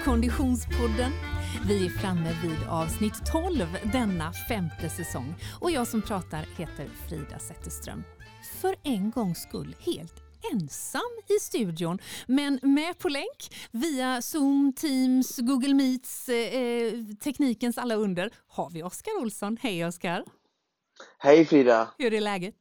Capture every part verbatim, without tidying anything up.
Konditionspodden. Vi är framme vid avsnitt tolv denna femte säsong och jag som pratar heter Frida Zetterström. För en gångs skull helt ensam i studion, men med på länk via Zoom, Teams, Google Meets, eh, teknikens alla under har vi Oskar Olsson. Hej Oskar! Hej Frida! Hur är läget?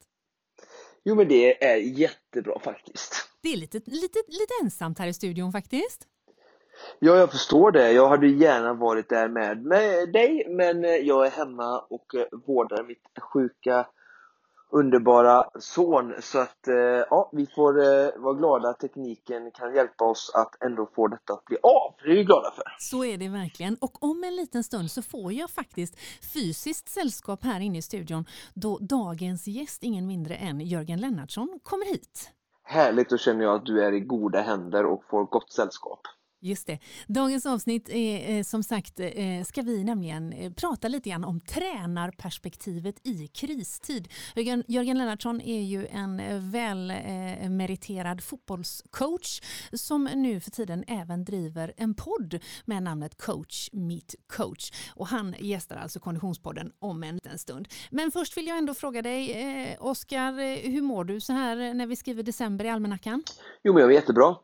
Jo men det är jättebra faktiskt. Det är lite, lite, lite ensamt här i studion faktiskt. Ja, jag förstår det. Jag hade gärna varit där med, med dig, men jag är hemma och vårdar mitt sjuka, underbara son. Så att ja, vi får vara glada att tekniken kan hjälpa oss att ändå få detta att bli av. Det är vi glada för. Så är det verkligen. Och om en liten stund så får jag faktiskt fysiskt sällskap här inne i studion då dagens gäst, ingen mindre än Jörgen Lennartsson, kommer hit. Härligt, och känner jag att du är i goda händer och får gott sällskap. Just det. Dagens avsnitt är som sagt ska vi nämligen prata lite grann om tränarperspektivet i kristid. Jörgen, Jörgen Lennartsson är ju en väl meriterad fotbollscoach som nu för tiden även driver en podd med namnet Coach Meet Coach. Och han gästar alltså Konditionspodden om en liten stund. Men först vill jag ändå fråga dig, eh, Oskar, hur mår du så här när vi skriver december i almanackan? Jo men jag är jättebra.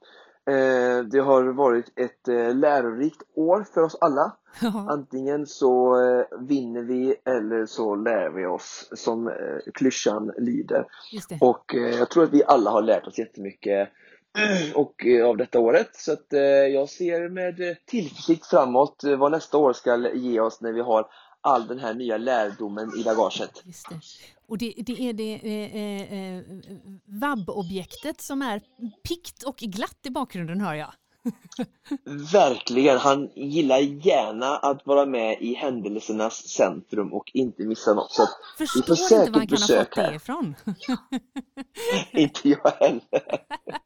Det har varit ett lärorikt år för oss alla. Antingen så vinner vi eller så lär vi oss, som klyschan lyder. Och jag tror att vi alla har lärt oss jättemycket och av detta året. Så att jag ser med tillförsikt framåt vad nästa år ska ge oss när vi har all den här nya lärdomen i bagaget. Just det. Och det, det är det eh, eh, vabb-objektet som är pikt och glatt i bakgrunden, hör jag. Verkligen, han gillar gärna att vara med i händelsernas centrum och inte missa något. Så förstår vi får säkert inte var han kan ha fått det här. ifrån. Inte jag heller.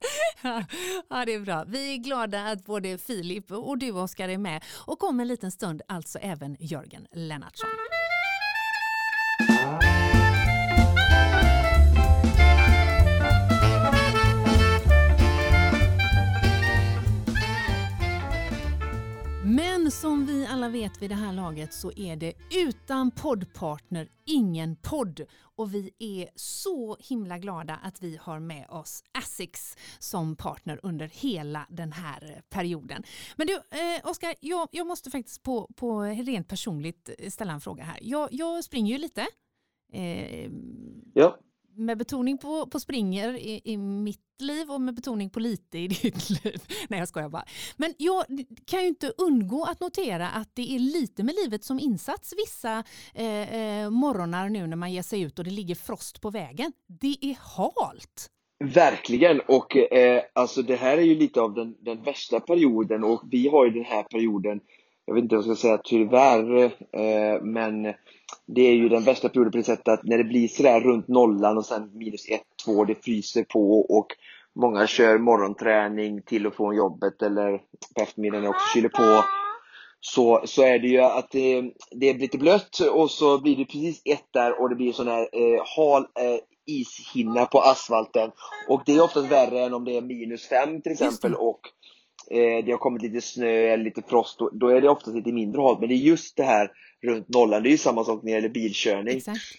Ja, det är bra. Vi är glada att både Filip och du, Oskar, är med. Och om en liten stund alltså även Jörgen Lennartsson. Men som vi alla vet vid det här laget så är det utan poddpartner ingen podd. Och vi är så himla glada att vi har med oss Asics som partner under hela den här perioden. Men du, eh, Oskar, jag, jag måste faktiskt på, på rent personligt ställa en fråga här. Jag, jag springer ju lite. Eh, ja. Med betoning på, på springer i, i mitt liv och med betoning på lite i ditt liv. Nej, jag skojar bara. Men jag kan ju inte undgå att notera att det är lite med livet som insats vissa eh, eh, morgonar nu när man ger sig ut och det ligger frost på vägen. Det är halt. Verkligen, och eh, alltså det här är ju lite av den, den värsta perioden, och vi har ju den här perioden, jag vet inte vad jag ska säga tyvärr, eh, men det är ju den värsta perioden på det sättet att när det blir sådär runt nollan och sen minus ett, två, det fryser på och många kör morgonträning till och från jobbet eller på eftermiddagen också kyler på, så, så är det ju att det, det är lite blött och så blir det precis ett där och det blir sån här eh, hal eh, ishinna på asfalten, och det är oftast värre än om det är minus fem till exempel och det har kommit lite snö eller lite frost, då, då är det oftast lite mindre halt. Men det är just det här runt nollan, det är ju samma sak när det gäller bilkörning.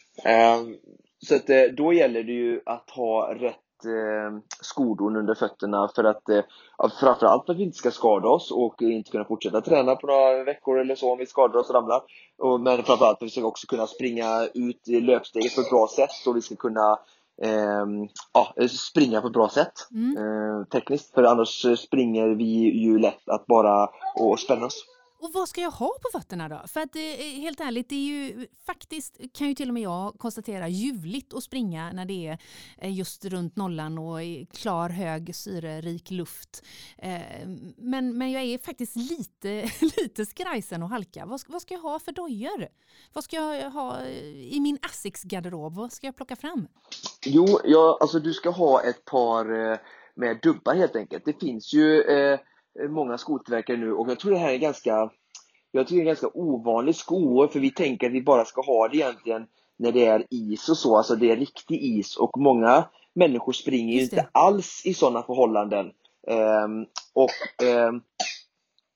Um, så att, då gäller det ju att ha rätt uh, skordon under fötterna för att uh, framförallt för att vi inte ska skada oss och inte kunna fortsätta träna på några veckor eller så om vi skadar oss och ramlar. Och, men framförallt för att vi ska också kunna springa ut i löpsteget på ett bra sätt, så vi ska kunna Eh, ja, springa på ett bra sätt mm. eh, tekniskt, för annars springer vi ju lätt att bara och spänna oss. Och vad ska jag ha på fötterna då? För att eh, helt ärligt, det är ju faktiskt, kan ju till och med jag konstatera, ljuvligt att springa när det är eh, just runt nollan och klar, hög, syrerik luft. Eh, men, men jag är faktiskt lite, lite skrajsen och halka. Vad ska, vad ska jag ha för dojor? Vad ska jag ha i min Asics-garderob? Vad ska jag plocka fram? Jo, ja, alltså du ska ha ett par eh, med dubbar helt enkelt. Det finns ju eh, många skotillverkare nu, och jag tror det här är ganska jag tycker det är ganska ovanlig sko, för vi tänker att vi bara ska ha det egentligen när det är is och så, alltså det är riktig is, och många människor springer ju inte alls i sådana förhållanden. Um, och um,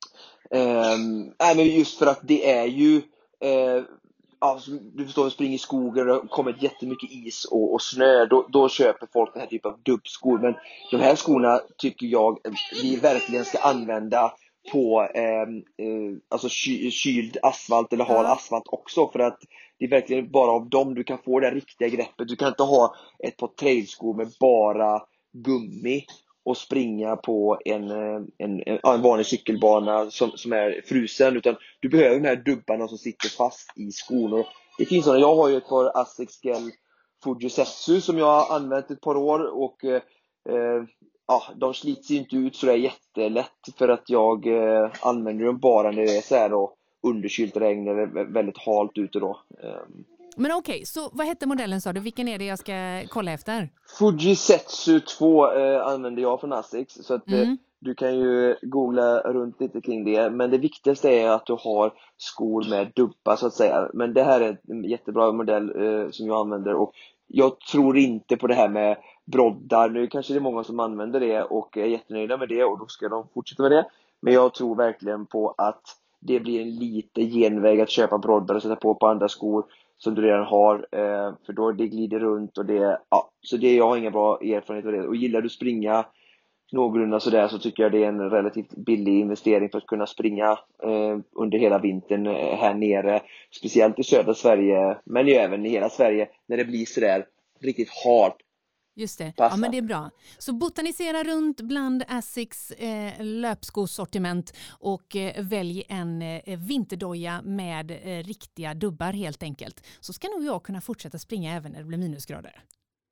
Um, nej, men just för att det är ju uh, ja, du förstår, du springer i skogen och det kommer jättemycket is och, och snö, då, då köper folk den här typen av dubbskor. Men de här skorna tycker jag vi verkligen ska använda på eh, eh, alltså ky, kyld asfalt eller hal asfalt också, för att det är verkligen bara av dem du kan få det riktiga greppet. Du kan inte ha ett par trailskor med bara gummi och springa på en, en, en, en vanlig cykelbana som, som är frusen, utan du behöver de här dubbarna som sitter fast i skon. Det finns sådana, jag har ju ett par Asics Gel Fujisetsu som jag har använt ett par år och eh, ja, de slits ju inte ut så där jättelätt, för att jag eh, använder dem bara när det är så här då, underkylt regn eller väldigt halt ute då. Um, Men okej, okay, så vad hette modellen sa du? Vilken är det jag ska kolla efter? Fujisetsu två eh, använder jag från Asics, så att mm. eh, du kan ju googla runt lite kring det. Men det viktigaste är att du har skor med dubbar så att säga. Men det här är en jättebra modell eh, som jag använder, och jag tror inte på det här med broddar. Nu kanske det är många som använder det och är jättenöjda med det, och då ska de fortsätta med det. Men jag tror verkligen på att det blir en lite genväg att köpa broddar och sätta på på andra skor som du redan har, eh, för då det glider runt och det, ja, så det, jag har inga bra erfarenhet av det. Och gillar du springa någorlunda sådär, så tycker jag det är en relativt billig investering för att kunna springa eh, under hela vintern eh, här nere, speciellt i södra Sverige, men ju även i hela Sverige när det blir sådär riktigt halt. Just det, Passa. Ja men det är bra. Så botanisera runt bland Asics eh, löpskosortiment och eh, välj en eh, vinterdoja med eh, riktiga dubbar helt enkelt. Så ska nog jag kunna fortsätta springa även när det blir minusgrader.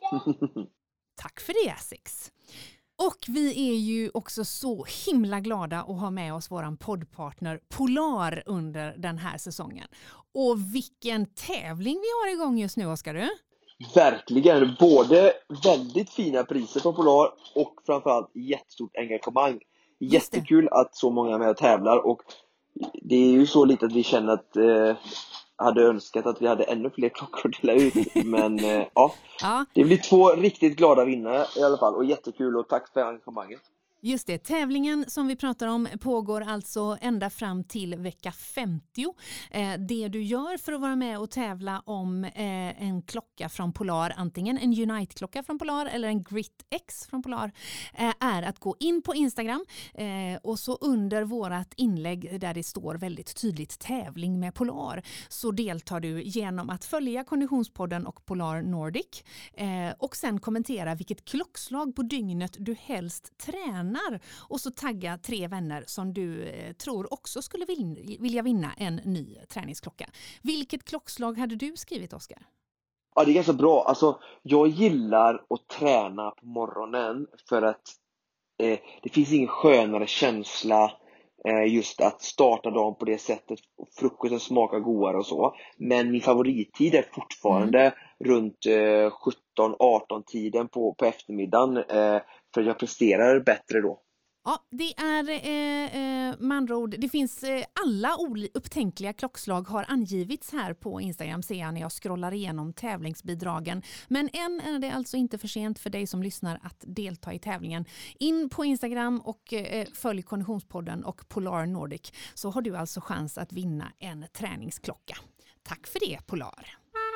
Tack för det Asics. Och vi är ju också så himla glada att ha med oss våran poddpartner Polar under den här säsongen. Och vilken tävling vi har igång just nu, Oskar du? Verkligen, både väldigt fina priser på Polar och framförallt jättestort engagemang. Jättekul att så många är med och tävlar, och det är ju så lite att vi känner att eh, hade önskat att vi hade ännu fler klockor att dela ut. Men eh, ja, ja, det blir två riktigt glada vinnare i alla fall, och jättekul, och tack för engagemanget. Just det, tävlingen som vi pratar om pågår alltså ända fram till vecka femtio. Eh, det du gör för att vara med och tävla om eh, en klocka från Polar, antingen en Unite-klocka från Polar eller en Grit X från Polar, eh, är att gå in på Instagram eh, och så under vårat inlägg där det står väldigt tydligt tävling med Polar, så deltar du genom att följa Konditionspodden och Polar Nordic eh, och sen kommentera vilket klockslag på dygnet du helst tränar. Och så tagga tre vänner som du eh, tror också skulle vin- vilja vinna en ny träningsklocka. Vilket klockslag hade du skrivit, Oskar? Ja, det är ganska bra. Alltså, jag gillar att träna på morgonen för att eh, det finns ingen skönare känsla eh, just att starta dagen på det sättet. Frukosten smakar godare och så. Men min favorittid är fortfarande mm. runt eh, sjutton arton tiden på, på eftermiddagen. Eh, för jag presterar bättre då. Ja, det är eh, eh, med andra ord, det finns eh, alla oli- upptänkliga klockslag har angivits här på Instagram, ser jag när jag scrollar igenom tävlingsbidragen. Men än är det alltså inte för sent för dig som lyssnar att delta i tävlingen. In på Instagram och eh, följ Konditionspodden och Polar Nordic, så har du alltså chans att vinna en träningsklocka. Tack för det, Polar!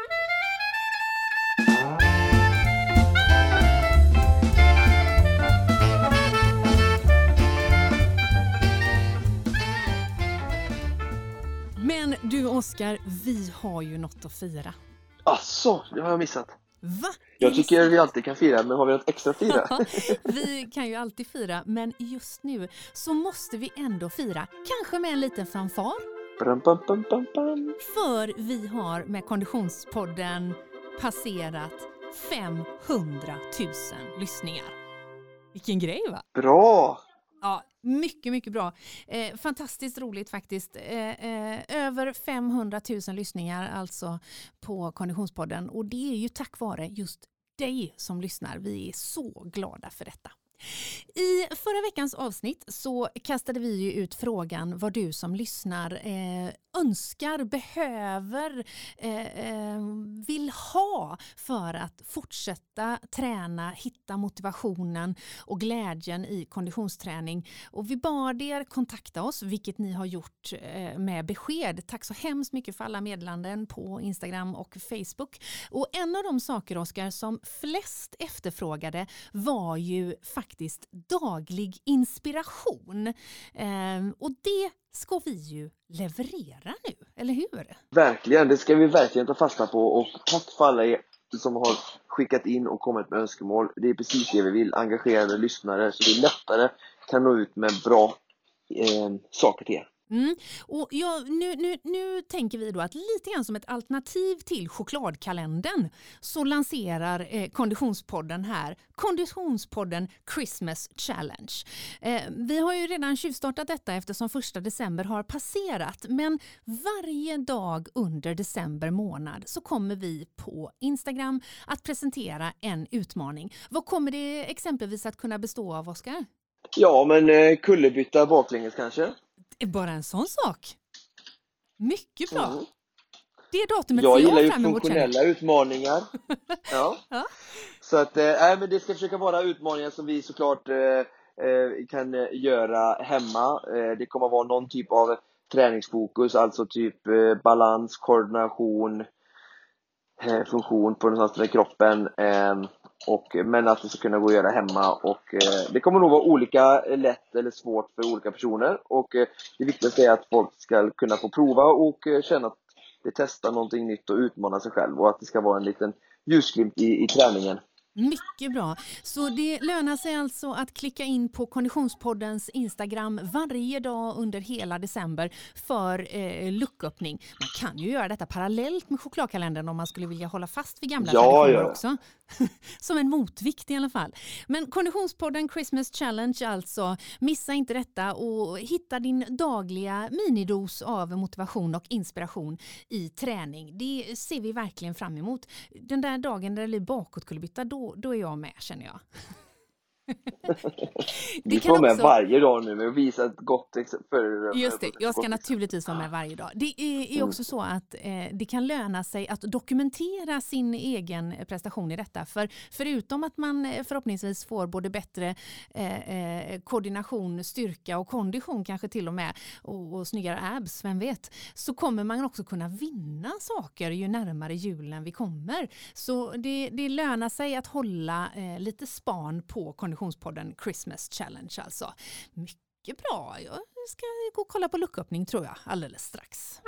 Men du Oskar, vi har ju något att fira. Asså, det har jag missat. Va? Jag tycker vi alltid kan fira, men har vi något extra fira? Vi kan ju alltid fira, men just nu så måste vi ändå fira. Kanske med en liten fanfar. Brum, bum, bum, bum, bum. För vi har med Konditionspodden passerat femhundratusen lyssningar. Vilken grej, va? Bra! Ja, mycket, mycket bra. Eh, fantastiskt roligt faktiskt. Eh, eh, över femhundratusen lyssningar alltså på Konditionspodden. Och det är ju tack vare just dig som lyssnar. Vi är så glada för detta. I förra veckans avsnitt så kastade vi ju ut frågan vad du som lyssnar eh, önskar, behöver, eh, eh, vill ha för att fortsätta träna, hitta motivationen och glädjen i konditionsträning. Och vi bad er kontakta oss, vilket ni har gjort eh, med besked. Tack så hemskt mycket för alla meddelanden på Instagram och Facebook. Och en av de saker, Oskar, som flest efterfrågade var ju faktiskt daglig inspiration. Eh, och det ska vi ju leverera nu, eller hur? Verkligen, det ska vi verkligen ta fasta på, och tack för alla er som har skickat in och kommit med önskemål. Det är precis det vi vill, engagerade lyssnare, så vi lättare kan nå ut med bra eh, saker till er. Mm. Och ja, nu, nu, nu tänker vi då att lite grann som ett alternativ till chokladkalendern så lanserar eh, Konditionspodden här Konditionspodden Christmas Challenge. Eh, vi har ju redan tjuvstartat detta eftersom första december har passerat, men varje dag under december månad så kommer vi på Instagram att presentera en utmaning. Vad kommer det exempelvis att kunna bestå av, Oskar? Ja, men eh, kullerbytta baklänges kanske. Bara en sån sak. Mycket bra. Mm. Det datumet jag ser jag gillar ju fram emot, funktionella utmaningar. Ja. Ja. Så att äh, men det ska försöka vara utmaningar som vi såklart äh, kan göra hemma. Äh, det kommer vara någon typ av träningsfokus, alltså typ äh, balans, koordination, äh, funktion på den här kroppen. Äh, Och, men att det ska kunna gå att göra hemma, och eh, det kommer nog vara olika lätt eller svårt för olika personer, och eh, det viktigaste är att folk ska kunna få prova och eh, känna att de testar någonting nytt och utmana sig själv, och att det ska vara en liten ljusglimt i, i träningen. Mycket bra. Så det lönar sig alltså att klicka in på Konditionspoddens Instagram varje dag under hela december för eh, lucköppning. Man kan ju göra detta parallellt med chokladkalendern om man skulle vilja hålla fast vid gamla ja, traditioner ja. också. Som en motvikt i alla fall. Men Konditionspodden Christmas Challenge alltså. Missa inte detta och hitta din dagliga minidos av motivation och inspiration i träning. Det ser vi verkligen fram emot. Den där dagen där det blir bakåtkullerbytta, då, då är jag med, känner jag. Vi får med också varje dag nu och visa ett gott exempel. Just det, jag ska naturligtvis vara med varje dag. Det är, är också så att eh, det kan löna sig att dokumentera sin egen prestation i detta. För förutom att man förhoppningsvis får både bättre eh, koordination, styrka och kondition kanske till och med, och, och snyggare abs, vem vet, så kommer man också kunna vinna saker ju närmare julen vi kommer. Så det, det lönar sig att hålla eh, lite span på Konditionspodden Christmas Challenge alltså. Mycket bra. Jag ska gå och kolla på lucköppning tror jag alldeles strax.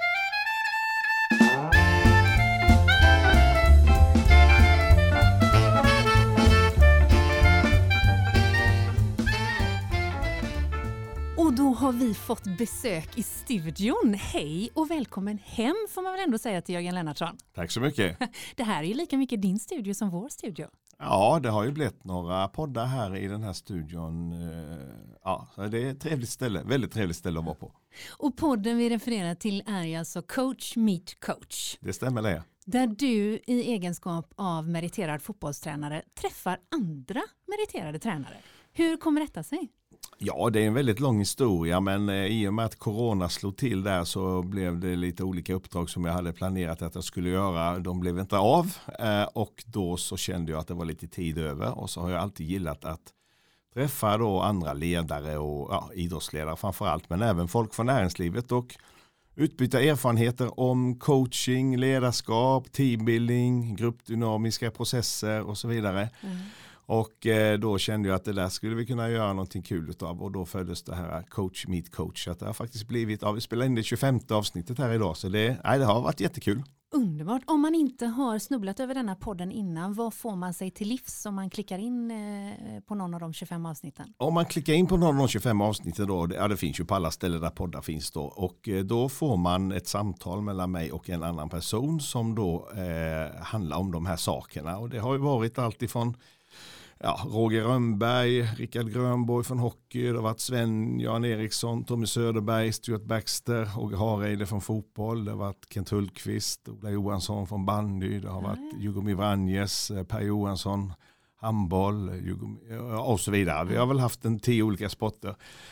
Och då har vi fått besök i studion. Hej och välkommen hem får man väl ändå säga till Jörgen Lennartsson. Tack så mycket. Det här är ju lika mycket din studio som vår studio. Ja, det har ju blivit några poddar här i den här studion. Ja, så det är ett trevligt ställe, väldigt trevligt ställe att vara på. Och podden vi refererar till är alltså Coach Meet Coach. Det stämmer det. Där du i egenskap av meriterad fotbollstränare träffar andra meriterade tränare. Hur kommer detta sig? Ja, det är en väldigt lång historia, men i och med att corona slog till där så blev det lite olika uppdrag som jag hade planerat att jag skulle göra. De blev inte av och då så kände jag att det var lite tid över, och så har jag alltid gillat att träffa då andra ledare och ja, idrottsledare framförallt, men även folk från näringslivet och utbyta erfarenheter om coaching, ledarskap, teambuilding, gruppdynamiska processer och så vidare. Mm. Och eh, då kände jag att det där skulle vi kunna göra någonting kul utav, och då föddes det här Coach Meet Coach. Att det har faktiskt blivit, ja, vi spelar in det tjugofemte avsnittet här idag, så det, nej, det har varit jättekul. Underbart. Om man inte har snubblat över denna podden innan, vad får man sig till livs om man klickar in eh, på någon av de tjugofem avsnitten? Om man klickar in på någon av de tjugofem avsnitten då, ja, det finns ju på alla ställen där poddar finns då, och eh, då får man ett samtal mellan mig och en annan person som då eh, handlar om de här sakerna, och det har ju varit allt ifrån ja, Roger Rönnberg, Rickard Grönborg från hockey, det har varit Sven, Jan Eriksson, Tommy Söderberg, Stuart Baxter, Åge Hareide från fotboll, det har varit Kent Hultqvist, Ola Johansson från bandy, det har varit Jugomir Vranjes, Per Johansson, handboll och så vidare. Vi har väl haft en tio olika sporter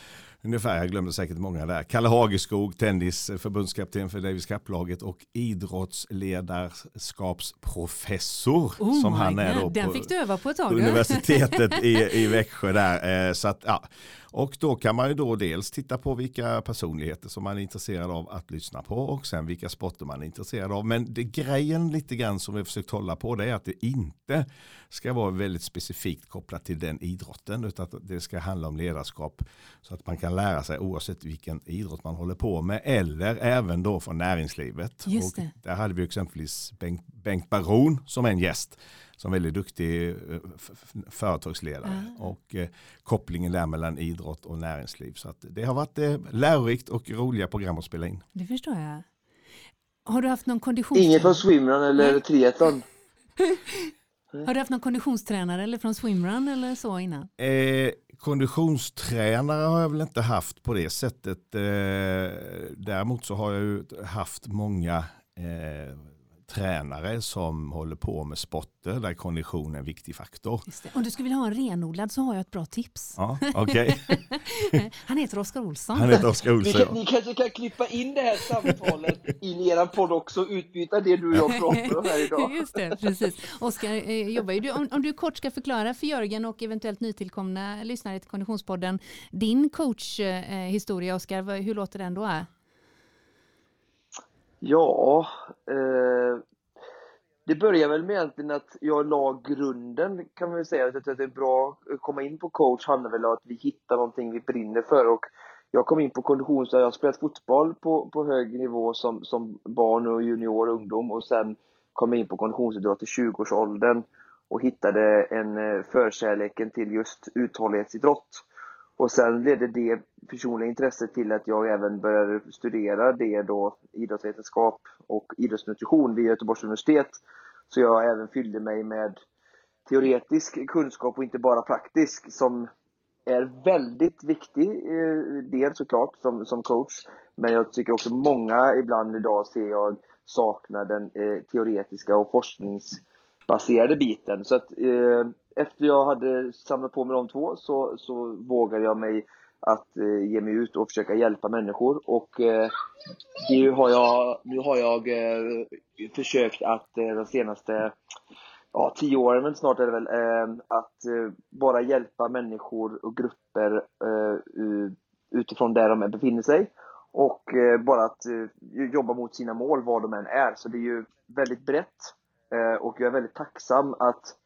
ungefär, jag glömde säkert många där. Kalle Hageskog, tennis, förbundskapten för Davis Cup-laget och idrottsledarskapsprofessor oh som han är då Den på fick du öva på ett tag. universitetet i, i Växjö där. Så att, ja. Och då kan man ju då dels titta på vilka personligheter som man är intresserad av att lyssna på och sen vilka sporter man är intresserad av. Men det grejen lite grann som vi har försökt hålla på, det är att det inte ska vara väldigt specifikt kopplat till den idrotten, utan att det ska handla om ledarskap så att man kan lära sig oavsett vilken idrott man håller på med, eller även då från näringslivet. Just det. Och där hade vi exempelvis Bengt, Bengt Baron som en gäst, som väldigt duktig f- f- företagsledare ah. och eh, kopplingen där mellan idrott och näringsliv. Så att det har varit eh, lärorikt och roliga program att spela in. Det förstår jag. Har du haft någon konditions... Inget från swimrun eller Nej. triathlon? Har du haft någon konditionstränare eller från swimrun eller så innan? Eh, konditionstränare har jag väl inte haft på det sättet. Eh, däremot så har jag ju haft många eh, tränare som håller på med sporter där kondition är en viktig faktor. Just det. Om du skulle vilja ha en renodlad så har jag ett bra tips. Ja, okej. Okay. Han heter Oskar Olsson. Han heter Oskar Olsson. Ni, kan, ni kanske kan klippa in det här samtalet in i er podd också och utbyta det du och jag pratar om här idag. Just det, precis. Oskar eh, jobbar ju. Om, om du kort ska förklara för Jörgen och eventuellt nytillkomna lyssnare till Konditionspodden din coachhistoria, eh, Oskar, hur låter den då? Ja, eh, det börjar väl med egentligen att jag la grunden, kan man väl säga. Att det är bra att komma in på coach handlar väl om att vi hittar någonting vi brinner för. Och jag kom in på kondition, så jag har spelat fotboll på, på hög nivå som, som barn och junior och ungdom. Och sen kom jag in på konditionsidrott i tjugoårsåldern och hittade en förkärleken till just uthållighetsidrott. Och sen ledde det personliga intresset till att jag även började studera det då, idrottsvetenskap och idrottsnutrition vid Göteborgs universitet. Så jag även fyllde mig med teoretisk kunskap och inte bara praktisk, som är väldigt viktig eh, del såklart som, som coach. Men jag tycker också många ibland idag ser jag saknar den eh, teoretiska och forskningsbaserade biten. Så att eh, efter jag hade samlat på mig de två så, så vågade jag mig att eh, ge mig ut och försöka hjälpa människor. Och eh, nu har jag, nu har jag eh, försökt att eh, de senaste ja, tio åren, men snart är det väl, eh, att eh, bara hjälpa människor och grupper eh, utifrån där de befinner sig. Och eh, bara att eh, jobba mot sina mål, vad de än är. Så det är ju väldigt brett. Eh, och jag är väldigt tacksam att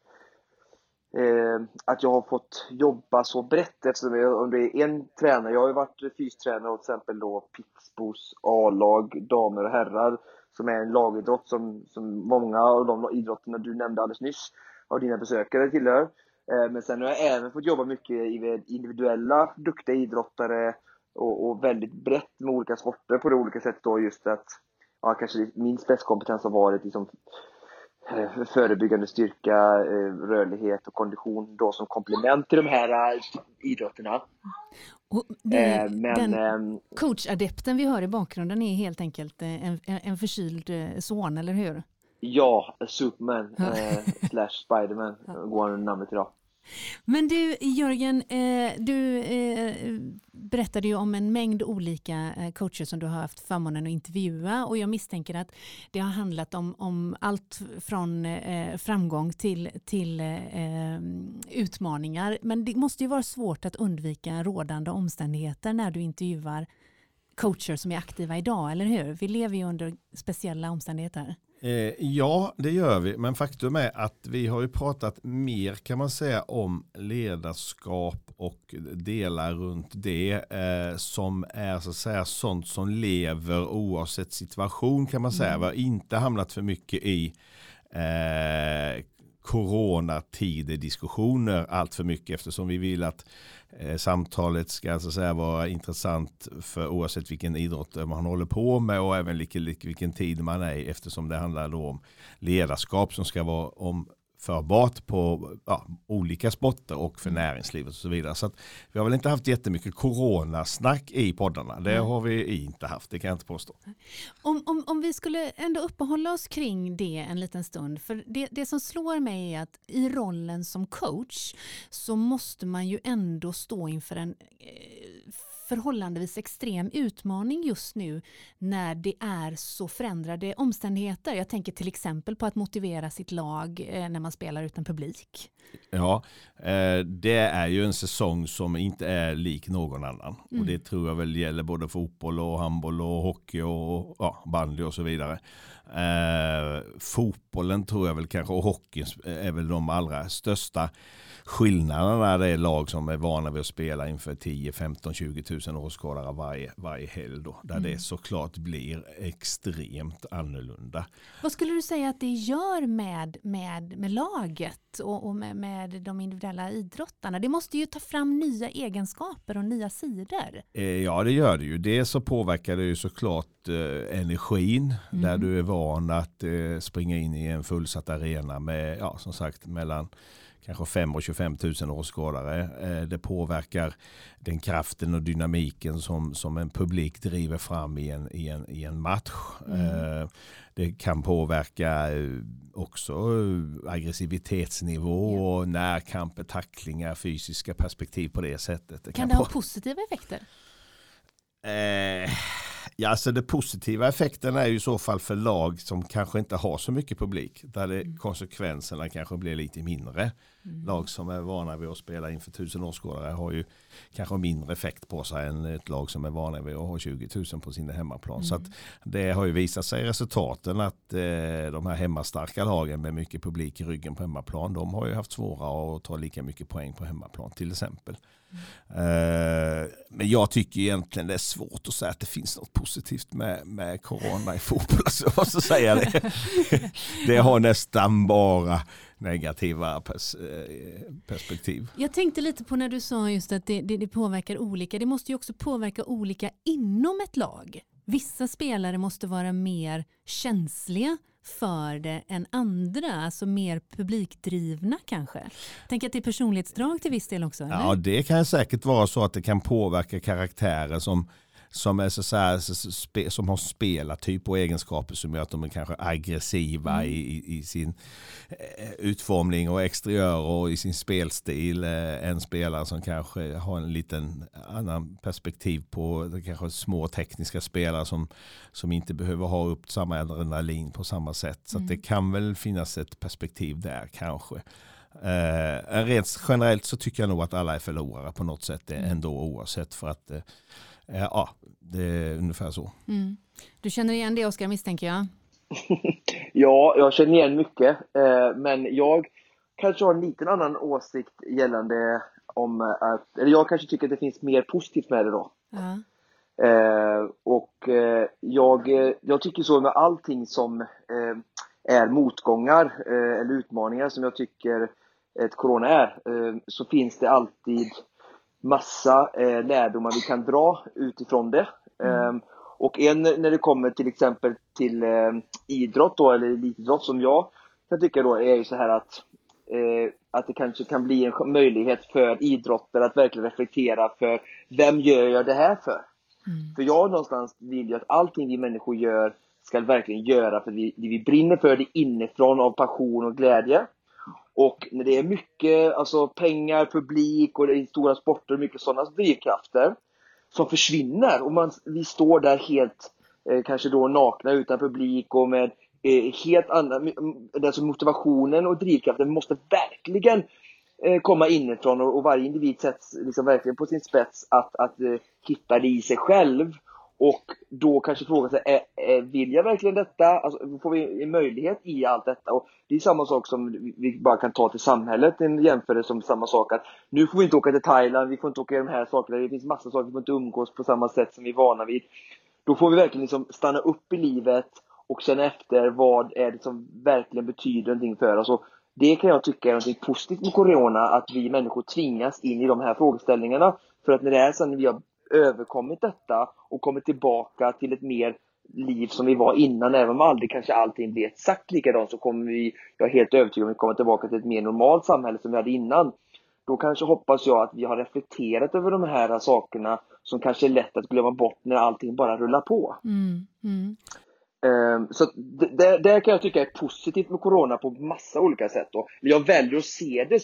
Eh, att jag har fått jobba så brett, eftersom jag, om det är en tränare, jag har ju varit fystränare åt till exempel då Pixbos A-lag, damer och herrar, som är en lagidrott som, som många av de idrotterna du nämnde alldeles nyss av dina besökare tillhör. Eh, men sen har jag även fått jobba mycket i individuella duktiga idrottare och, och väldigt brett med olika sporter på det olika sätt då, just att ja, kanske min spetskompetens har varit liksom förebyggande styrka, rörlighet och kondition då som komplement till de här idrotterna. Och det, men, den coachadepten vi hör i bakgrunden är helt enkelt en, en förkyld son, eller hur? Ja, Superman eh, slash Spiderman går han namnet idag. Men du Jörgen, eh, du eh, berättade ju om en mängd olika eh, coacher som du har haft förmånen att intervjua, och jag misstänker att det har handlat om, om allt från eh, framgång till, till eh, utmaningar. Men det måste ju vara svårt att undvika rådande omständigheter när du intervjuar coacher som är aktiva idag, eller hur? Vi lever ju under speciella omständigheter. Eh, ja, det gör vi. Men faktum är att vi har ju pratat mer, kan man säga, om ledarskap och delar runt det eh, som är så att säga sånt som lever oavsett situation, kan man säga. Mm. Vi har inte hamnat för mycket i eh, coronatider diskussioner allt för mycket, eftersom vi vill att eh, samtalet ska så att säga vara intressant för oavsett vilken idrott man håller på med och även vilken, vilken tid man är i, eftersom det handlar då om ledarskap som ska vara omförbart på ja, olika sporter och för näringslivet och så vidare. Så att vi har väl inte haft jättemycket coronasnack i poddarna. Det mm. har vi inte haft, det kan jag inte påstå. Om, om, om vi skulle ändå uppehålla oss kring det en liten stund, för det, det som slår mig är att i rollen som coach så måste man ju ändå stå inför en förhållandevis extrem utmaning just nu när det är så förändrade omständigheter. Jag tänker till exempel på att motivera sitt lag när man spelar utan publik. Ja, det är ju en säsong som inte är lik någon annan. Mm. Och det tror jag väl gäller både fotboll och handboll och hockey och ja, bandy och så vidare. Eh, fotbollen tror jag väl kanske och hockeyn är väl de allra största skillnaderna när det är lag som är vana vid att spela inför tio, femton, tjugo tusen åskådare varje, varje helg då, där mm. det såklart blir extremt annorlunda. Vad skulle du säga att det gör med, med, med laget och, och med, med de individuella idrottarna? Det måste ju ta fram nya egenskaper och nya sidor. Eh, ja, det gör det ju. Det så påverkar det ju såklart eh, energin mm. där du är van att eh, springa in i en fullsatt arena med, ja, som sagt, mellan kanske fem och tjugofem tusen åskådare. Det påverkar den kraften och dynamiken som, som en publik driver fram i en, i en, i en match. Mm. Det kan påverka också aggressivitetsnivå ja. och närkamper, tacklingar, fysiska perspektiv på det sättet. Det kan, kan det ha på... positiva effekter? Eh, ja, alltså det positiva effekten är ju i så fall för lag som kanske inte har så mycket publik. Där det, mm. konsekvenserna kanske blir lite mindre. Mm. Lag som är vana vid att spela inför tusen åskådare har ju kanske mindre effekt på sig än ett lag som är vana vid att ha tjugo tusen på sin hemmaplan. Mm. Så att det har ju visat sig i resultaten att eh, de här hemmastarka lagen med mycket publik i ryggen på hemmaplan, de har ju haft svårare att ta lika mycket poäng på hemmaplan till exempel. Mm. Uh, men jag tycker egentligen det är svårt att säga att det finns något positivt med, med corona i fotboll. Så jag måste säga det. Det har nästan bara negativa pers- perspektiv. Jag tänkte lite på när du sa just att det, det, det påverkar olika. Det måste ju också påverka olika inom ett lag. Vissa spelare måste vara mer känsliga för det än andra, alltså mer publikdrivna kanske. Tänk att det är personlighetsdrag till viss del också, eller? Ja, det kan säkert vara så att det kan påverka karaktärer som som är så, så här, spe, som har spelartyp och egenskaper som gör att de är kanske aggressiva mm. i, i sin eh, utformning och exteriör och i sin spelstil. Eh, en spelare som kanske har en liten annan perspektiv på det, kanske små tekniska spelare som, som inte behöver ha upp samma adrenalin på samma sätt. Så mm. att det kan väl finnas ett perspektiv där kanske. Eh, rent generellt så tycker jag nog att alla är förlorare på något sätt mm. ändå oavsett för att eh, ja, det är ungefär så. Mm. Du känner igen det, Oskar, misstänker jag? Ja, jag känner igen mycket. Eh, men jag kanske har en liten annan åsikt gällande om att, eller jag kanske tycker att det finns mer positivt med det då. Uh-huh. Eh, och eh, jag, jag tycker så med allting som eh, är motgångar eh, eller utmaningar som jag tycker ett corona är, eh, så finns det alltid massa eh, lärdomar vi kan dra utifrån det. Mm. Eh, och en när det kommer till exempel till eh, idrott då, eller elitidrott som jag kan tycka då är ju så här att eh, att det kanske kan bli en möjlighet för idrottare att verkligen reflektera för vem gör jag det här för? Mm. För jag någonstans vill ju att allting vi människor gör ska verkligen göra för vi, vi brinner för det inifrån av passion och glädje. Och när det är mycket alltså pengar, publik och det är stora sporter och mycket sådana drivkrafter som försvinner och man, vi står där helt eh, kanske då nakna utan publik och med eh, helt andra, alltså motivationen och drivkraften måste verkligen eh, komma inifrån och, och varje individ sätts liksom verkligen på sin spets att, att eh, hitta det i sig själv. Och då kanske fråga sig, är, är, vill jag verkligen detta? Alltså, får vi en möjlighet i allt detta? Och det är samma sak som vi bara kan ta till samhället. En jämförelse som samma sak att nu får vi inte åka till Thailand, vi får inte åka i de här sakerna. Det finns massa saker, vi får inte umgås på samma sätt som vi är vana vid. Då får vi verkligen liksom stanna upp i livet och känna efter vad är det som verkligen betyder någonting för oss. Och det kan jag tycka är något positivt med corona, att vi människor tvingas in i de här frågeställningarna. För att när det är så när vi har överkommit detta och kommit tillbaka till ett mer liv som vi var innan, även om aldrig kanske allting blir exakt likadant, så kommer vi, jag är helt övertygad om att vi kommer tillbaka till ett mer normalt samhälle som vi hade innan. Då kanske hoppas jag att vi har reflekterat över de här sakerna som kanske är lätt att glömma bort när allting bara rullar på. Mm, mm. Um, så det, det kan jag tycka är positivt med corona på massa olika sätt då. Jag väljer att se det så.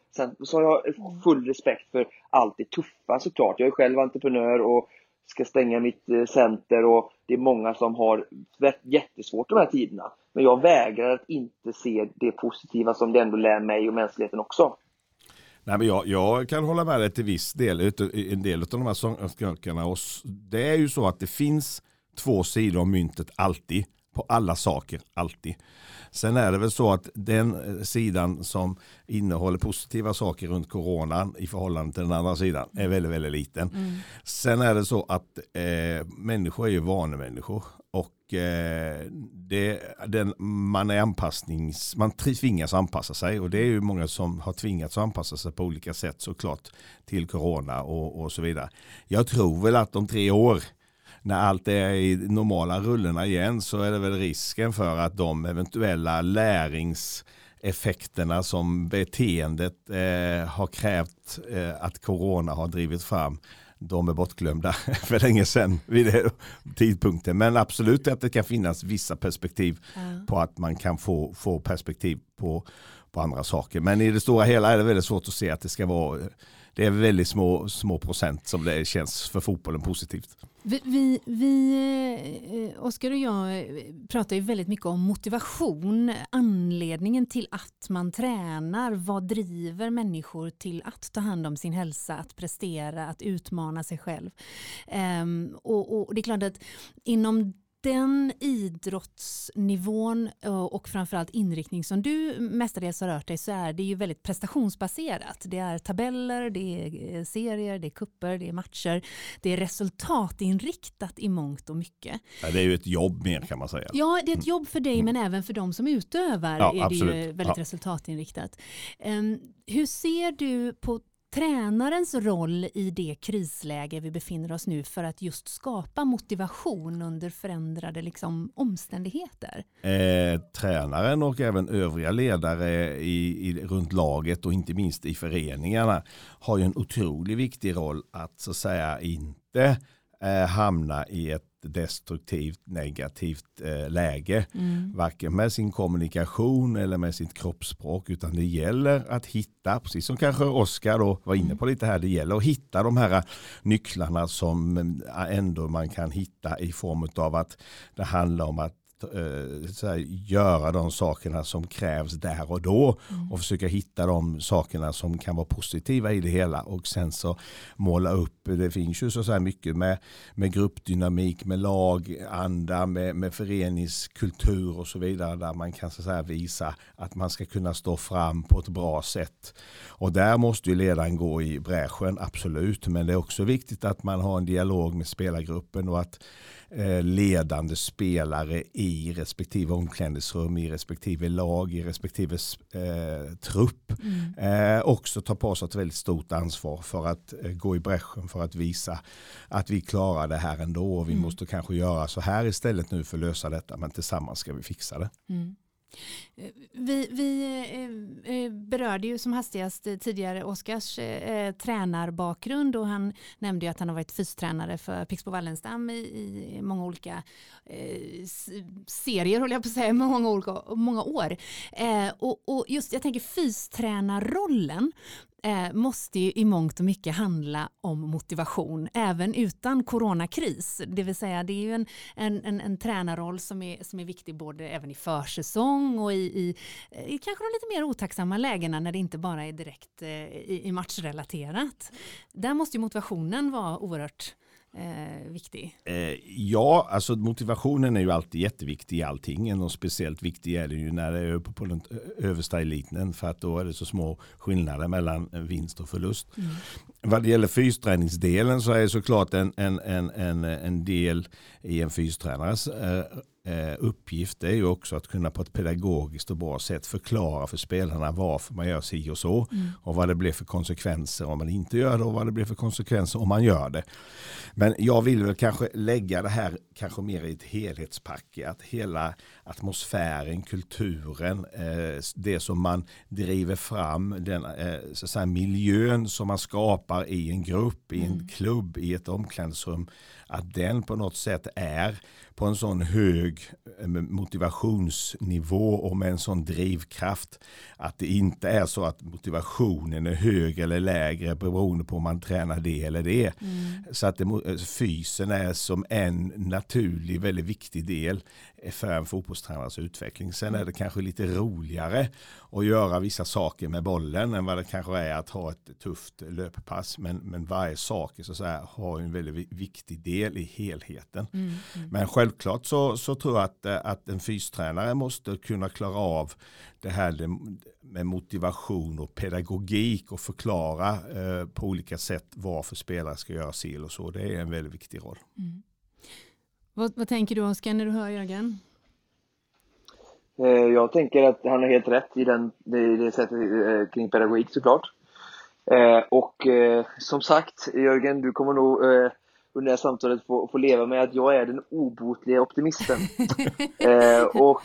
Sen så har jag full respekt för allt det tuffa såklart. Jag är själv entreprenör och ska stänga mitt center och det är många som har jättesvårt de här tiderna. Men jag vägrar att inte se det positiva som det ändå lär mig och mänskligheten också. Nej, men jag, jag kan hålla med dig till viss del. En del av de här sakerna. Det är ju så att det finns två sidor av myntet alltid. På alla saker, alltid. Sen är det väl så att den sidan som innehåller positiva saker runt coronan i förhållande till den andra sidan är väldigt, väldigt liten. Mm. Sen är det så att eh, människor är ju vanemänniskor. Och eh, det, den, man är anpassnings, man tvingas anpassa sig. Och det är ju många som har tvingats anpassa sig på olika sätt såklart till corona och, och så vidare. Jag tror väl att om tre år när allt är i normala rullorna igen så är det väl risken för att de eventuella läringseffekterna som beteendet eh, har krävt eh, att corona har drivit fram, de är bortglömda för länge sedan vid den tidpunkten. Men absolut att det kan finnas vissa perspektiv mm. på att man kan få, få perspektiv på, på andra saker. Men i det stora hela är det väldigt svårt att se att det ska vara... Det är väldigt små, små procent som det känns för fotbollen positivt. Vi, vi, vi Oskar och jag pratar ju väldigt mycket om motivation. Anledningen till att man tränar. Vad driver människor till att ta hand om sin hälsa, att prestera, att utmana sig själv. Um, och, och det är klart att inom den idrottsnivån och framförallt inriktning som du mestadels har rört dig så är det ju väldigt prestationsbaserat. Det är tabeller, det är serier, det är kupper, det är matcher. Det är resultatinriktat i mångt och mycket. Ja, det är ju ett jobb mer kan man säga. Ja, det är ett jobb för dig mm. men även för de som utövar ja, är absolut. det ju väldigt ja. resultatinriktat. Um, hur ser du på tränarens roll i det krisläge vi befinner oss nu för att just skapa motivation under förändrade liksom, omständigheter? Eh, tränaren och även övriga ledare i, i, runt laget och inte minst i föreningarna har ju en otroligt viktig roll att så att säga inte eh, hamna i ett destruktivt, negativt eh, läge. Mm. Varken med sin kommunikation eller med sitt kroppsspråk, utan det gäller att hitta, precis som kanske Oskar då var inne på lite här, det gäller att hitta de här nycklarna som ändå man kan hitta i form av att det handlar om att Så här, göra de sakerna som krävs där och då mm. och försöka hitta de sakerna som kan vara positiva i det hela och sen så måla upp, det finns ju så här mycket med, med gruppdynamik, med laganda, med, med föreningskultur och så vidare där man kan så här visa att man ska kunna stå fram på ett bra sätt och där måste ju ledaren gå i bräschen, absolut, men det är också viktigt att man har en dialog med spelargruppen och att ledande spelare i respektive omklädningsrum, i respektive lag, i respektive eh, trupp mm. eh, också tar på sig ett väldigt stort ansvar för att eh, gå i bräschen för att visa att vi klarar det här ändå och vi mm. måste kanske göra så här istället nu för att lösa detta, men tillsammans ska vi fixa det. Mm. Vi, vi eh, berörde ju som hastigast tidigare Oskars eh, tränarbakgrund och han nämnde ju att han har varit fystränare för Pixbo Wallenstam i, i många olika eh, serier, håller jag på att säga, många, olika, många år. Eh, och, och just jag tänker fystränarrollen Eh, måste ju i mångt och mycket handla om motivation även utan coronakris. Det vill säga det är ju en, en, en, en tränarroll som är, som är viktig både även i försäsong och i, i, i kanske de lite mer otacksamma lägena när det inte bara är direkt eh, i, i matchrelaterat. Där måste ju motivationen vara oerhört Eh, viktig. Eh, ja, alltså motivationen är ju alltid jätteviktig i allting och speciellt viktig är det ju när det är uppe på den översta eliten för att då är det så små skillnader mellan vinst och förlust. Mm. Vad det gäller fysträningsdelen så är det såklart en, en, en, en, en del i en fystränares eh, uppgift är ju också att kunna på ett pedagogiskt och bra sätt förklara för spelarna varför man gör si och så mm. och vad det blir för konsekvenser om man inte gör det och vad det blir för konsekvenser om man gör det. Men jag vill väl kanske lägga det här kanske mer i ett helhetspacke, att hela atmosfären, kulturen, det som man driver fram, den så att säga, miljön som man skapar i en grupp, i en mm. klubb, i ett omklädningsrum, att den på något sätt är på en sån hög motivationsnivå och med en sån drivkraft att det inte är så att motivationen är hög eller lägre beroende på om man tränar det eller det. Mm. Så att det, fysen är som en naturlig, väldigt viktig del för en fotbollstränares utveckling. Sen är det kanske lite roligare att göra vissa saker med bollen än vad det kanske är att ha ett tufft löppass. Men, men varje sak så att säga, har en väldigt viktig del i helheten. Mm, mm. Men självklart så, så tror jag att, att en fystränare måste kunna klara av det här med motivation och pedagogik och förklara eh, på olika sätt varför spelare ska göra sil och så. Det är en väldigt viktig roll. Mm. Vad, vad tänker du, Oskar, när du hör Jörgen? Jag tänker att han har helt rätt i den, det, det sättet kring pedagogik såklart. Och som sagt, Jörgen, du kommer nog under det här samtalet få, få leva med att jag är den obotliga optimisten. Och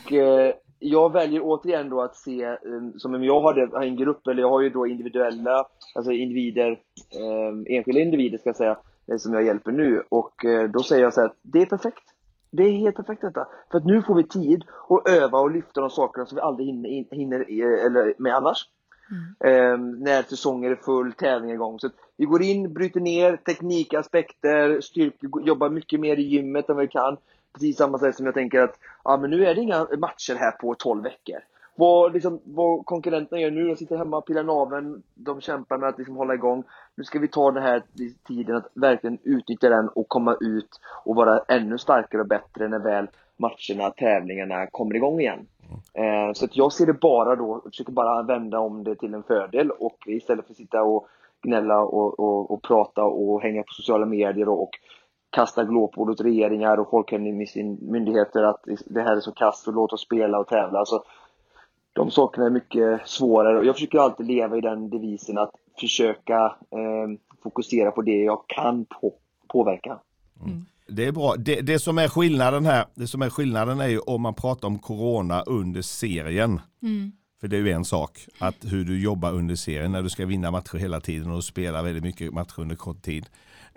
jag väljer återigen då att se, som om jag har en grupp, eller jag har ju då individuella, alltså individer, enskilda individer ska jag säga, som jag hjälper nu. Och då säger jag så här, det är perfekt. Det är helt perfekt detta. För att nu får vi tid att öva och lyfta de sakerna som vi aldrig hinner, hinner eller med annars. Mm. Eh, när säsongen är full, tävling igång. Så vi går in, bryter ner teknikaspekter, styrka, jobbar mycket mer i gymmet än vi kan. Precis samma sätt som jag tänker att ja, men nu är det inga matcher här på tolv veckor. Vad, liksom, vad konkurrenterna gör nu, de sitter hemma och pillar naveln, de kämpar med att liksom hålla igång. Nu ska vi ta den här tiden att verkligen utnyttja den och komma ut och vara ännu starkare och bättre när väl matcherna, tävlingarna kommer igång igen. Mm. Eh, så att jag ser det bara då, försöker bara vända om det till en fördel, och istället för att sitta och gnälla och, och, och prata och hänga på sociala medier och, och kasta glåpord åt regeringar och folkhälsomyndigheter att det här är så kast och låt oss spela och tävla. Alltså, de sakerna är mycket svårare, och jag försöker alltid leva i den devisen att försöka eh, fokusera på det jag kan på, påverka. Mm. Det är bra. Det, det som är skillnaden här, det som är skillnaden är ju om man pratar om corona under serien. Mm. För det är ju en sak att hur du jobbar under serien när du ska vinna matcher hela tiden och spela väldigt mycket matcher under kort tid.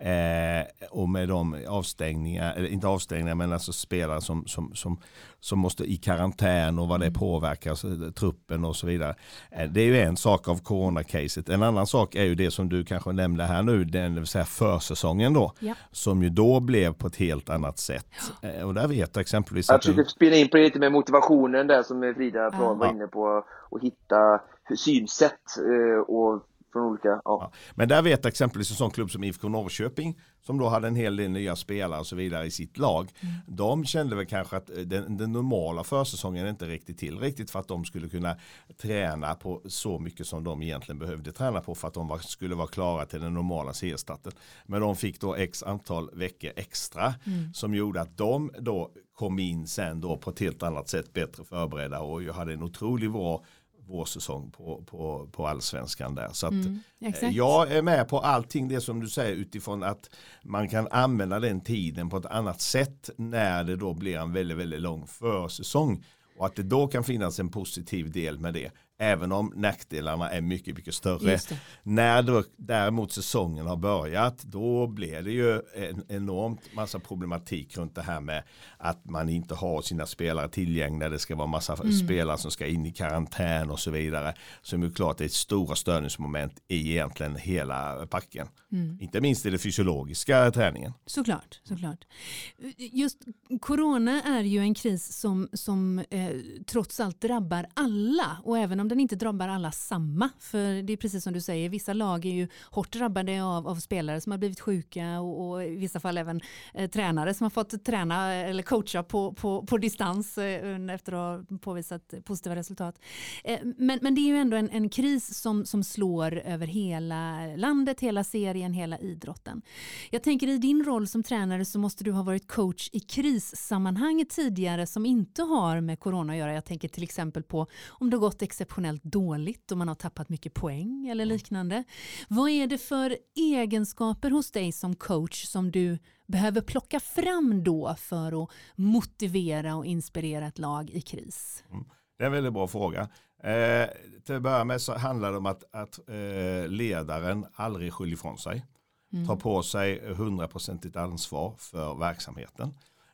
Eh, och med de avstängningar, eller inte avstängningar men alltså spelare som, som, som, som måste i karantän och vad det påverkar alltså, truppen och så vidare. Eh, det är ju en sak av coronacaset. En annan sak är ju det som du kanske nämnde här nu, den vill säga försäsongen då, ja. Som ju då blev på ett helt annat sätt. Eh, och där vet jag exempelvis jag att... Jag försöker spela in på det lite med motivationen där som Frida ja. var inne på, och hitta synsätt eh, och från olika, ja. Ja, men där vet jag exempelvis en sån klubb som I F K Norrköping som då hade en hel del nya spelare och så vidare i sitt lag. Mm. De kände väl kanske att den, den normala försäsongen inte riktigt till riktigt för att de skulle kunna träna på så mycket som de egentligen behövde träna på för att de var, skulle vara klara till den normala seriestarten. Men de fick då x antal veckor extra mm. som gjorde att de då kom in sen då på ett helt annat sätt bättre förberedda och ju hade en otroligt bra vår säsong på, på, på allsvenskan där. Så att mm, jag är med på allting det som du säger utifrån att man kan använda den tiden på ett annat sätt när det då blir en väldigt, väldigt lång försäsong. Och att det då kan finnas en positiv del med det. Även om nackdelarna är mycket, mycket större. När då, däremot säsongen har börjat, då blir det ju en enormt massa problematik runt det här med att man inte har sina spelare tillgängliga. Det ska vara massa mm. spelare som ska in i karantän och så vidare. Som är klart är ett stora störningsmoment i egentligen hela packen. Mm. Inte minst i det fysiologiska träningen. Såklart, såklart. Just corona är ju en kris som, som eh, trots allt drabbar alla. Och även om den inte drabbar alla samma. För det är precis som du säger, vissa lag är ju hårt drabbade av, av spelare som har blivit sjuka och, och i vissa fall även eh, tränare som har fått träna eller coacha på, på, på distans eh, efter att ha påvisat positiva resultat. Eh, men, men det är ju ändå en, en kris som, som slår över hela landet, hela serien, hela idrotten. Jag tänker i din roll som tränare så måste du ha varit coach i krissammanhang tidigare som inte har med corona att göra. Jag tänker till exempel på om det har gått exceptionellt dåligt och man har tappat mycket poäng eller liknande. Vad är det för egenskaper hos dig som coach som du behöver plocka fram då för att motivera och inspirera ett lag i kris? Mm. Det är en väldigt bra fråga. Eh, till att börja med så handlar det om att, att eh, ledaren aldrig skyller ifrån sig. Mm. Tar på sig hundraprocentigt ansvar för verksamheten.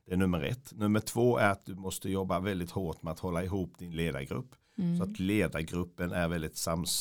Det är nummer ett. Nummer två är att du måste jobba väldigt hårt med att hålla ihop din ledargrupp. Mm. Så att ledargruppen är väldigt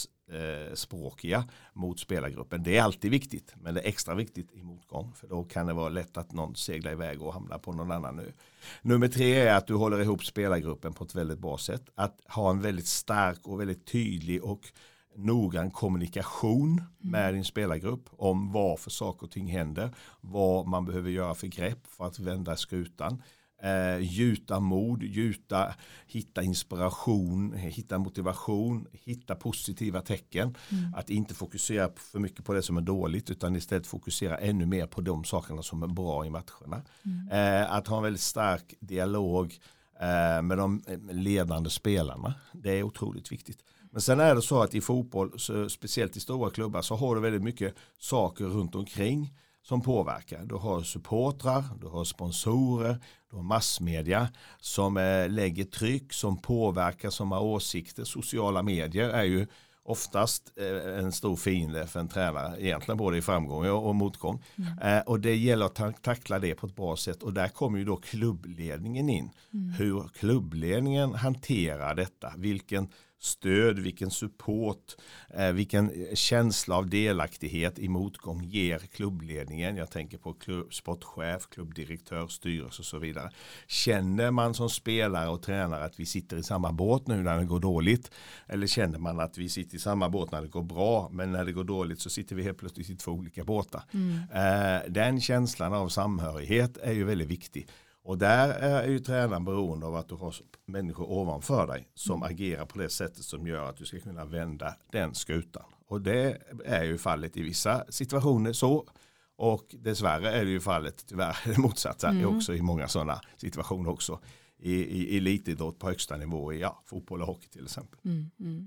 samspråkiga mot spelargruppen. Det är alltid viktigt, men det är extra viktigt i motgång. För då kan det vara lätt att någon seglar iväg och hamnar på någon annan nu. Nummer tre är att du håller ihop spelargruppen på ett väldigt bra sätt. Att ha en väldigt stark och väldigt tydlig och noggrann kommunikation med din spelargrupp om vad för saker och ting händer. Vad man behöver göra för grepp för att vända skutan. Eh, gjuta mod, gjuta, hitta inspiration, hitta motivation, hitta positiva tecken. Mm. Att inte fokusera för mycket på det som är dåligt utan istället fokusera ännu mer på de sakerna som är bra i matcherna. Mm. Eh, att ha en väldigt stark dialog eh, med de ledande spelarna. Det är otroligt viktigt. Men sen är det så att i fotboll, så speciellt i stora klubbar, så har du väldigt mycket saker runt omkring som påverkar. Du har supportrar, du har sponsorer, du har massmedia som eh, lägger tryck, som påverkar, som har åsikter. Sociala medier är ju oftast eh, en stor fiende för en tränare, egentligen både i framgång och, och motgång. Mm. Eh, och det gäller att ta- tackla det på ett bra sätt. Och där kommer ju då klubbledningen in. Mm. Hur klubbledningen hanterar detta, vilken stöd, vilken support, eh, vilken känsla av delaktighet i motgång ger klubbledningen. Jag tänker på klubb, sportchef, klubbdirektör, styrelse och så vidare. Känner man som spelare och tränare att vi sitter i samma båt nu när det går dåligt? Eller känner man att vi sitter i samma båt när det går bra, men när det går dåligt så sitter vi helt plötsligt i två olika båtar? Mm. Eh, den känslan av samhörighet är ju väldigt viktig. Och där är ju tränaren beroende av att du har människor ovanför dig som mm. agerar på det sättet som gör att du ska kunna vända den skutan. Och det är ju fallet i vissa situationer så. Och dessvärre är det ju fallet tyvärr det motsatta mm. också i många sådana situationer också. I, i elitidrott på högsta nivå i ja, fotboll och hockey till exempel. Mm, mm.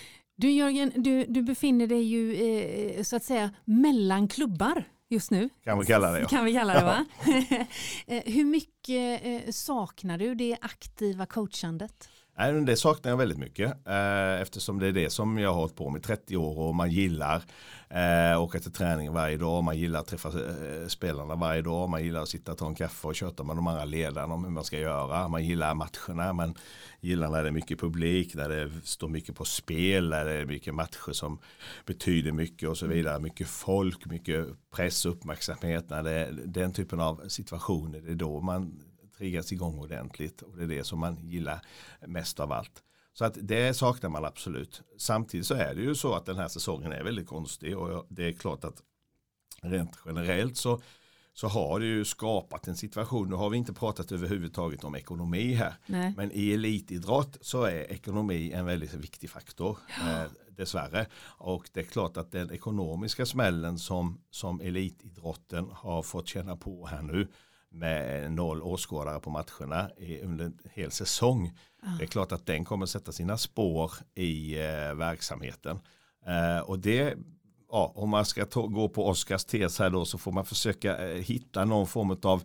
Du Jörgen, du, du befinner dig ju eh, så att säga mellan klubbar just nu. Kan vi kalla det. Ja. Kan vi kalla det va? Hur mycket eh, saknar du det aktiva coachandet? Nej, det saknar jag väldigt mycket eh, eftersom det är det som jag har hållit på med trettio år och man gillar eh, åka till träning varje dag, man gillar att träffa eh, spelarna varje dag, man gillar att sitta och ta en kaffe och köta med de andra ledarna om hur man ska göra, man gillar matcherna, man gillar när det är mycket publik, när det står mycket på spel, när det är mycket matcher som betyder mycket och så vidare, mycket folk, mycket press och uppmärksamhet, när det är den typen av situationer, det är då man triggas igång ordentligt och det är det som man gillar mest av allt. Så att det saknar man absolut. Samtidigt så är det ju så att den här säsongen är väldigt konstig och det är klart att rent generellt så, så har det ju skapat en situation. Nu har vi inte pratat överhuvudtaget om ekonomi här. Nej. Men i elitidrott så är ekonomi en väldigt viktig faktor. Ja. Eh, dessvärre. Och det är klart att den ekonomiska smällen som, som elitidrotten har fått känna på här nu med noll åskådare på matcherna under en hel säsong. Ah. Det är klart att den kommer sätta sina spår i eh, verksamheten. Eh, och det, ja, om man ska ta, gå på Oskars tes här då så får man försöka eh, hitta någon form av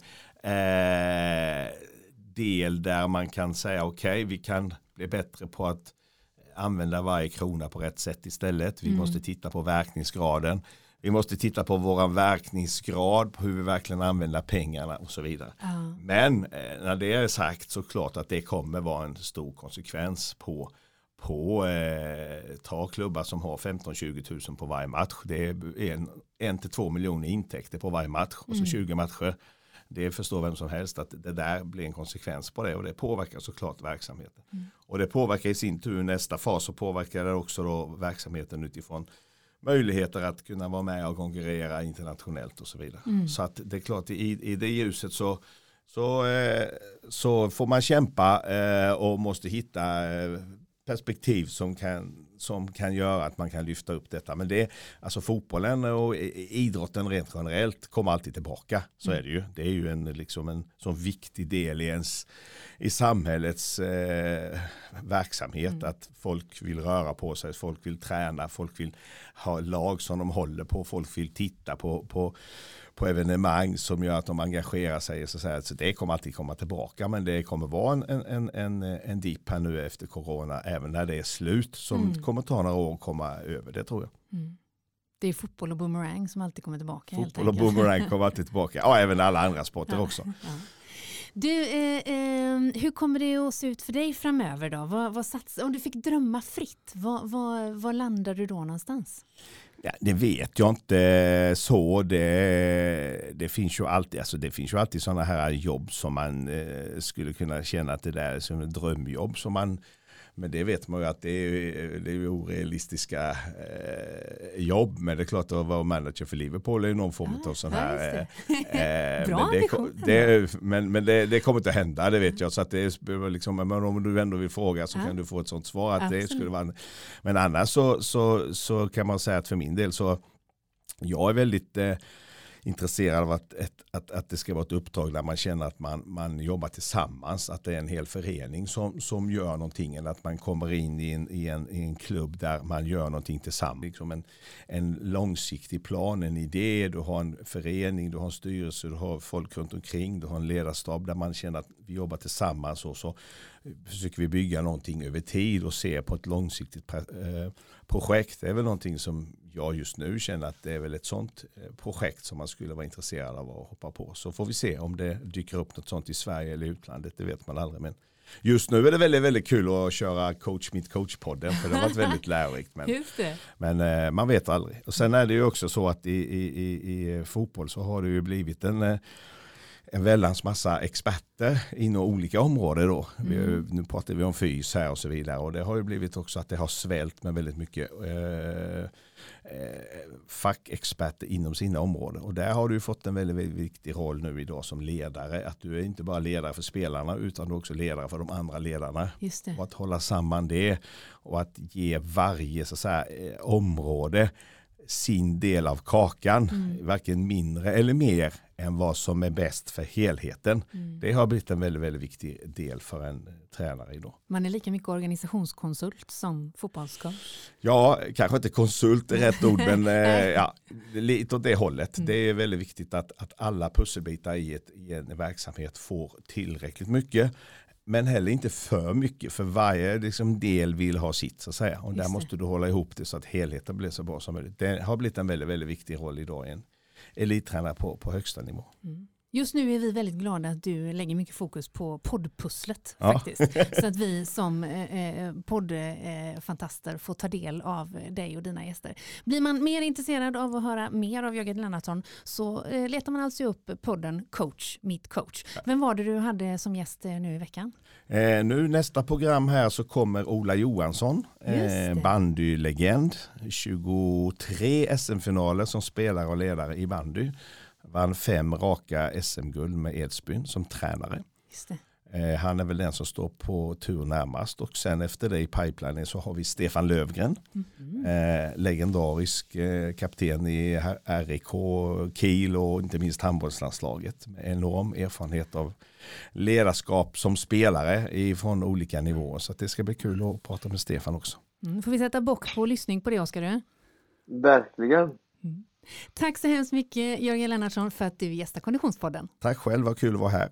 eh, del där man kan säga okej, okay, vi kan bli bättre på att använda varje krona på rätt sätt istället. Vi mm. måste titta på verkningsgraden. Vi måste titta på vår verkningsgrad, på hur vi verkligen använder pengarna och så vidare. Uh. Men eh, när det är sagt så klart att det kommer vara en stor konsekvens på, på eh, ta klubbar som har femton till tjugo tusen på varje match. Det är en, en till två miljoner intäkter på varje match och så mm. tjugo matcher. Det förstår vem som helst att det där blir en konsekvens på det och det påverkar såklart verksamheten. Mm. Och det påverkar i sin tur nästa fas och påverkar det också då verksamheten utifrån möjligheter att kunna vara med och konkurrera internationellt och så vidare. Mm. Så att det är klart i, i det ljuset så, så, eh, så får man kämpa eh, och måste hitta eh, perspektiv som kan, som kan göra att man kan lyfta upp detta. Men det, alltså fotbollen och idrotten rent generellt kommer alltid tillbaka. Så mm. är det ju. Det är ju en, liksom en sån viktig del i, ens, i samhällets eh, verksamhet. Mm. Att folk vill röra på sig, folk vill träna, folk vill ha lag som de håller på, folk vill titta på, på på evenemang som gör att de engagerar sig. Så, så, så det kommer alltid komma tillbaka, men det kommer vara en, en, en, en dipp här nu efter corona, även när det är slut, som mm. kommer ta några år att komma över, det tror jag. Mm. Det är fotboll och boomerang som alltid kommer tillbaka. Fotboll och boomerang kommer alltid tillbaka. Ja, även alla andra sporter ja, också. Ja. Du, eh, eh, hur kommer det att se ut för dig framöver då? Vad, vad sats, om du fick drömma fritt, vad, vad, vad landar du då någonstans? Ja, det vet jag inte så. Det, det finns ju alltid, alltså det finns ju alltid sådana här jobb som man eh, skulle kunna känna att det där är som ett drömjobb som man. Men det vet man ju att det är, det är orealistiska eh, jobb. Men det är klart att vara manager för Liverpool är ju någon form av ah, sån här. Eh, Bra men det, det, men, men det, det kommer inte att hända, det vet jag. Så att det är liksom, men om du ändå vill fråga så ah. kan du få ett sånt svar. Att det skulle vara, men annars så, så, så kan man säga att för min del så jag är väldigt eh, intresserad av att, ett, att, att det ska vara ett uppdrag där man känner att man, man jobbar tillsammans, att det är en hel förening som, som gör någonting, eller att man kommer in i en, i en, i en klubb där man gör någonting tillsammans. Liksom en, en långsiktig plan, en idé, du har en förening, du har en styrelse, du har folk runt omkring, du har en ledarstab där man känner att vi jobbar tillsammans och så försöker vi bygga någonting över tid och se på ett långsiktigt eh, projekt. Det är väl någonting som jag just nu känner att det är väl ett sånt projekt som man skulle vara intresserad av att hoppa på. Så får vi se om det dyker upp något sånt i Sverige eller utlandet, det vet man aldrig. Men just nu är det väldigt, väldigt kul att köra Coach Meet Coach-podden, för det har varit väldigt lärorikt. Men, just det. men eh, man vet aldrig. Och sen är det ju också så att i, i, i, i fotboll så har det ju blivit en en väldans massa experter inom olika områden då. Mm. Vi, nu pratar vi om fys här och så vidare, och det har ju blivit också att det har svällt med väldigt mycket eh, eh, fackexperter inom sina områden, och där har du fått en väldigt, väldigt viktig roll nu idag som ledare, att du är inte bara ledare för spelarna utan du är också ledare för de andra ledarna. Just det. Och att hålla samman det och att ge varje så att säga, eh, område sin del av kakan, mm. varken mindre eller mer än vad som är bäst för helheten. Mm. Det har blivit en väldigt, väldigt viktig del för en tränare idag. Man är lika mycket organisationskonsult som fotbollscoach. Ja, kanske inte konsult är rätt ord, men eh, ja, lite åt det hållet. Mm. Det är väldigt viktigt att, att alla pusselbitar i, ett, i en verksamhet får tillräckligt mycket. Men heller inte för mycket, för varje liksom, del vill ha sitt så att säga. Och där måste du hålla ihop det så att helheten blir så bra som möjligt. Det har blivit en väldigt, väldigt viktig roll idag i en elittränare på, på högsta nivå. Mm. Just nu är vi väldigt glada att du lägger mycket fokus på poddpusslet ja. faktiskt. Så att vi som eh, poddfantaster får ta del av dig och dina gäster. Blir man mer intresserad av att höra mer av Jörgen Lennartsson så eh, letar man alltså upp podden Coach Meet Coach. Vem var det du hade som gäst nu i veckan? Eh, nu nästa program här så kommer Ola Johansson, eh, bandylegend, tjugotre S M-finaler som spelare och ledare i bandy. Vann fem raka S M-guld med Edsbyn som tränare. Just det. Eh, han är väl den som står på tur närmast. Och sen efter det i pipeline så har vi Stefan Lövgren. Mm-hmm. Eh, legendarisk eh, kapten i R I K, Kiel och inte minst handbollslandslaget. Med enorm erfarenhet av ledarskap som spelare från olika nivåer. Så att det ska bli kul att prata med Stefan också. Mm, får vi sätta bock på lyssning på det, Oskar? Du? Verkligen. Mm. Tack så hemskt mycket Jörgen Lennartsson för att du gästar Konditionspodden. Tack själv, vad kul att vara här.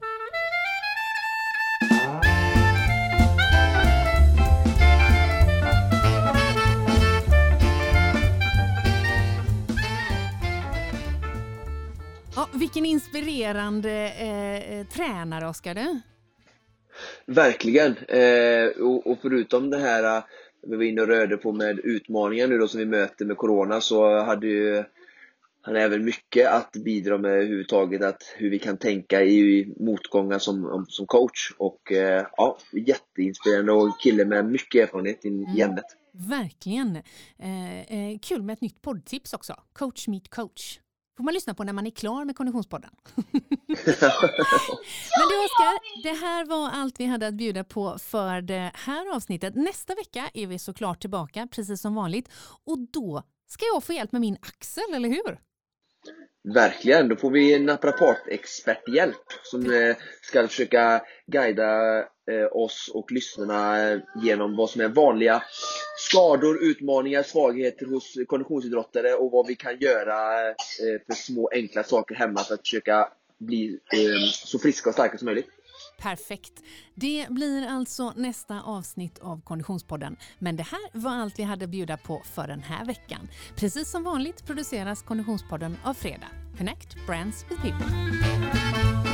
Ja, vilken inspirerande eh, tränare, Oskar, du. Verkligen. Eh, och, och förutom det här vi var inne och rörde på med utmaningar nu då som vi möter med corona, så hade ju han även mycket att bidra med överhuvudtaget, att hur vi kan tänka i motgångar som, som coach. Och eh, ja, jätteinspirerande och kille med mycket erfarenhet i mm. ämnet. Verkligen. Eh, eh, kul med ett nytt poddtips också. Coach Meet Coach. Får man lyssna på när man är klar med Konditionspodden. Men du, Oskar, det här var allt vi hade att bjuda på för det här avsnittet. Nästa vecka är vi såklart tillbaka, precis som vanligt. Och då ska jag få hjälp med min axel, eller hur? Verkligen, då får vi en naprapatexperthjälp som eh, ska försöka guida eh, oss och lyssnarna genom vad som är vanliga skador, utmaningar, svagheter hos konditionsidrottare och vad vi kan göra eh, för små enkla saker hemma för att försöka bli eh, så friska och starka som möjligt. Perfekt. Det blir alltså nästa avsnitt av Konditionspodden. Men det här var allt vi hade att bjuda på för den här veckan. Precis som vanligt produceras Konditionspodden av Fredag. Connect Brands with People.